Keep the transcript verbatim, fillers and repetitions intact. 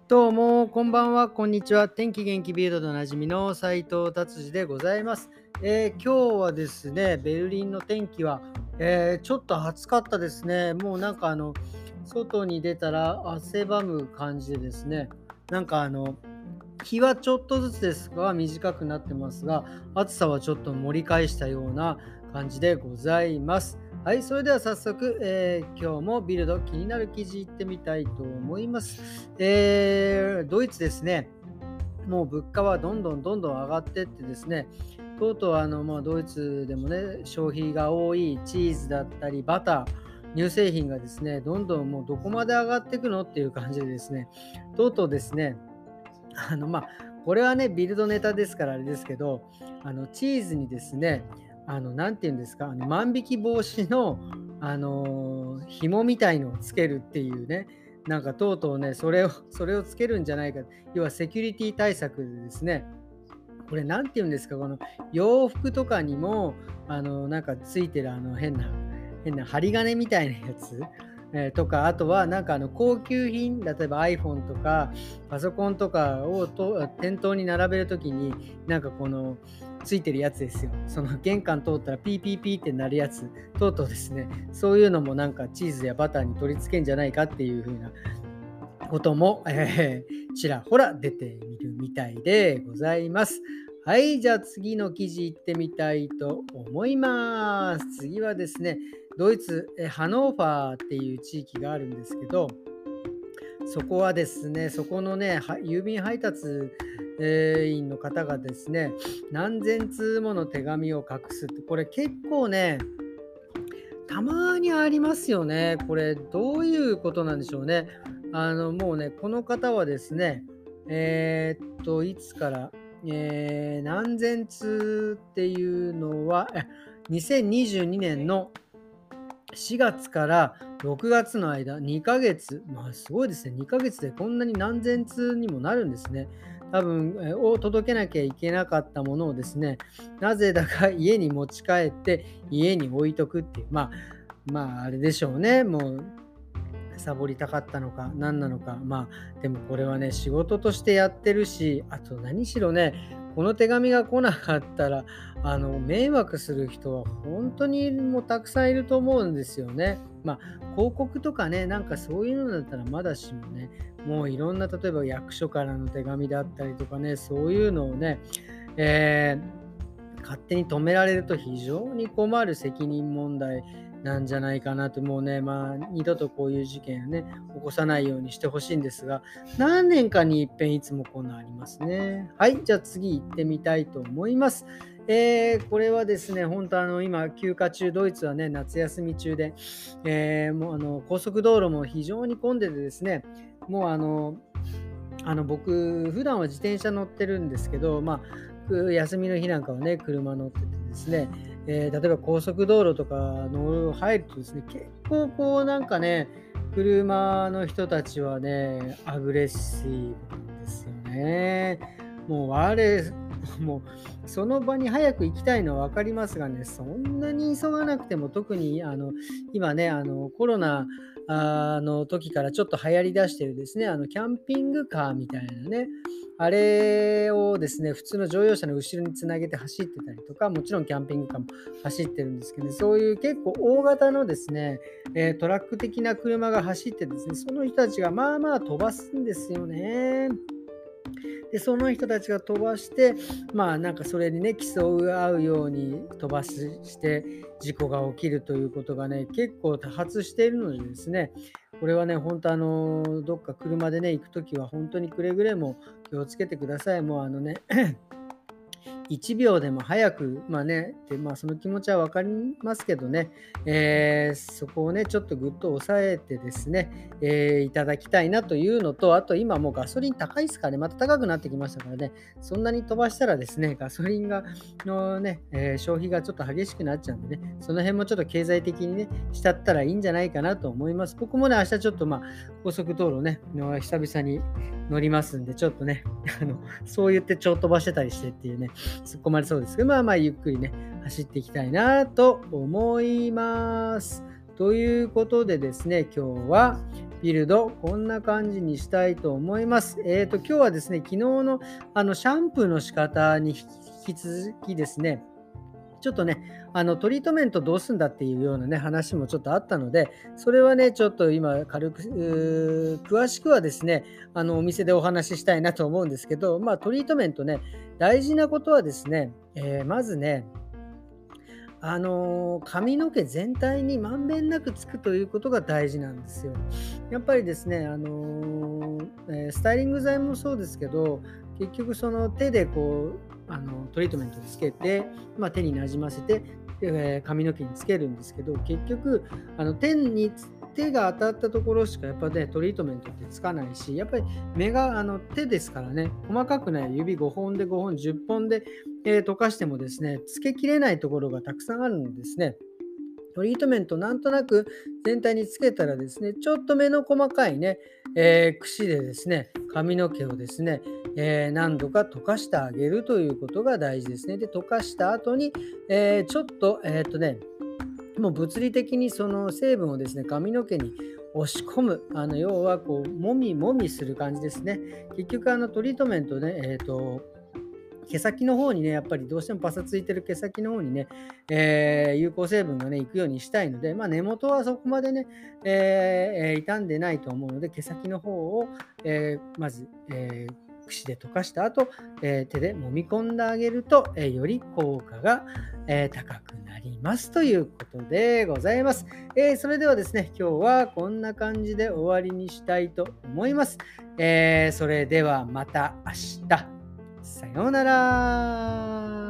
どうも、こんばんは、こんにちは。天気元気ビルドでおなじみの斉藤達治でございます。えー今日はですね、ベルリンの天気は、えーちょっと暑かったですね。もうなんかあの、外に出たら汗ばむ感じでですね、なんかあの、日はちょっとずつですが短くなってますが、暑さはちょっと盛り返したような感じでございます。はい、それでは早速、えー今日もビルド気になる記事いってみたいと思います。えードイツですね、もう物価はどんどんどんどん上がってってですね、とうとうあの、まあ、ドイツでもね、消費が多いチーズだったり、バター、乳製品がですね、どんどんもうどこまで上がっていくのっていう感じでですね、とうとうですね、あの、まあ、これはね、ビルドネタですからあれですけど、あの、チーズにですね、あの、なんて言うんですか、あの、万引き防止の、あの、紐みたいのをつけるっていうね、なんかとうとうね、それをそれをつけるんじゃないか、要はセキュリティ対策でですね、これなんて言うんですか、この洋服とかにも、あの、なんかついてるあの変な変な針金みたいなやつ、えーとか、あとはなんかあの高級品、例えば iPhone とかパソコンとかをと店頭に並べるときに、なんかこのついてるやつですよ。その玄関通ったらピーピーピーってなるやつ、とうとうですね、そういうのもなんかチーズやバターに取り付けんじゃないかっていう風なことも、えーちらほら出てみるみたいでございます。はい、じゃあ次の記事行ってみたいと思います。次はですね、ドイツ、えハノーファーっていう地域があるんですけど、そこはですね、そこのね、は郵便配達、えー員の方がですね、何千通もの手紙を隠すって、これ結構ね、たまにありますよね。これどういうことなんでしょうね。あの、もうね、この方はですね、えーっと、いつから、えー何千通っていうのは、えにせんにじゅうにねんのしがつからろくがつの間、にかげつ、まあすごいですね、にかげつでこんなに何千通にもなるんですね。多分、えを届けなきゃいけなかったものをですね、なぜだか家に持ち帰って家に置いとくっていう、まあ、まああれでしょうね、もうサボりたかったのか何なのか、まあでもこれはね、仕事としてやってるし、あと何しろね、この手紙が来なかったらあの迷惑する人は本当にもうたくさんいると思うんですよね。まあ広告とかね、なんかそういうのだったらまだしもね、もういろんな、例えば役所からの手紙だったりとかね、そういうのをね、えー勝手に止められると非常に困る責任問題なんじゃないかなと、もうね、まあ、二度とこういう事件をね、起こさないようにしてほしいんですが、何年かに一遍いつもこんなんありますね。はい、じゃあ次行ってみたいと思います。えーこれはですね、本当あの、今、休暇中、ドイツはね、夏休み中で、えーもうあの、高速道路も非常に混んでてですね、もうあの、あの僕、普段は自転車乗ってるんですけど、まあ、く休みの日なんかはね、車乗っててですね、えー例えば高速道路とかの入るとですね、結構こうなんかね、車の人たちはね、アグレッシブなんですよね。もう我、もうその場に早く行きたいのは分かりますがね、そんなに急がなくても、特にあの今ね、あのコロナあの時からちょっと流行りだしてるですね、あのキャンピングカーみたいなね、あれをですね、普通の乗用車の後ろにつなげて走ってたりとか、もちろんキャンピングカーも走ってるんですけど、そういう結構大型のですね、えートラック的な車が走ってですね、その人たちがまあまあ飛ばすんですよね。で、その人たちが飛ばして、まあなんかそれにね、競い合うように飛ばしして事故が起きるということがね、結構多発しているのでですね、これはね、本当あの、どっか車でね、行くときは本当にくれぐれも気をつけてください。もうあのね、いちびょうでも早く、まあね、で、まあ、その気持ちは分かりますけどね、えーそこをね、ちょっとぐっと抑えてですね、えーいただきたいなというのと、あと今もうガソリン高いですからね、また高くなってきましたからね、そんなに飛ばしたらですね、ガソリンがのね、えー消費がちょっと激しくなっちゃうんでね、その辺もちょっと経済的にね、したったらいいんじゃないかなと思います。僕もね、明日ちょっとまあ、高速道路ね、の久々に乗りますんで、ちょっとね、あの、そう言ってちょっと飛ばしてたりしてっていうね、突っ込まれそうですけど、まあまあゆっくりね、走っていきたいなと思います。ということでですね、今日は、 ビルド、こんな感じにしたいと思います。えっと、今日はですね、昨日のあのシャンプーの仕方に引き続きですね、ちょっとね、あのトリートメントどうすんだっていうようなね、話もちょっとあったので、それはね、ちょっと今軽く、うー詳しくはですね、あのお店でお話ししたいなと思うんですけど、まあ、トリートメントね、大事なことはですね、えーまずね、あの、髪の毛全体にまんべんなくつくということが大事なんですよ。やっぱりですね、あの、えースタイリング剤もそうですけど、結局その手でこう、あの、トリートメントつけて、まあ、手になじませて、えー髪の毛につけるんですけど、結局、あの、手につ手が当たったところしかやっぱね、トリートメントってつかないし、やっぱり目があの手ですからね、細かくない指ごほんでごほん、じゅっぽんでえー溶かしてもですね、つけきれないところがたくさんあるのですね。トリートメントなんとなく全体につけたらですね、ちょっと目の細かいね、えー櫛でですね、髪の毛をですね、えー何度か溶かしてあげるということが大事ですね。で、溶かした後に、えーちょっと、えっとね、もう物理的にその成分をですね、髪の毛に押し込む、あの要はこう、もみもみする感じですね。結局、あのトリートメントね、えっと、毛先の方にね、やっぱりどうしてもパサついてる毛先の方にね、えー有効成分がね、行くようにしたいので、まあ、根元はそこまでね、えーえー傷んでないと思うので、毛先の方を、えーまず、えー櫛で溶かした後、えー手で揉み込んであげると、えーより効果が、えー高くなりますということでございます。えーそれではですね、今日はこんな感じで終わりにしたいと思います。えーそれではまた明日。さようなら。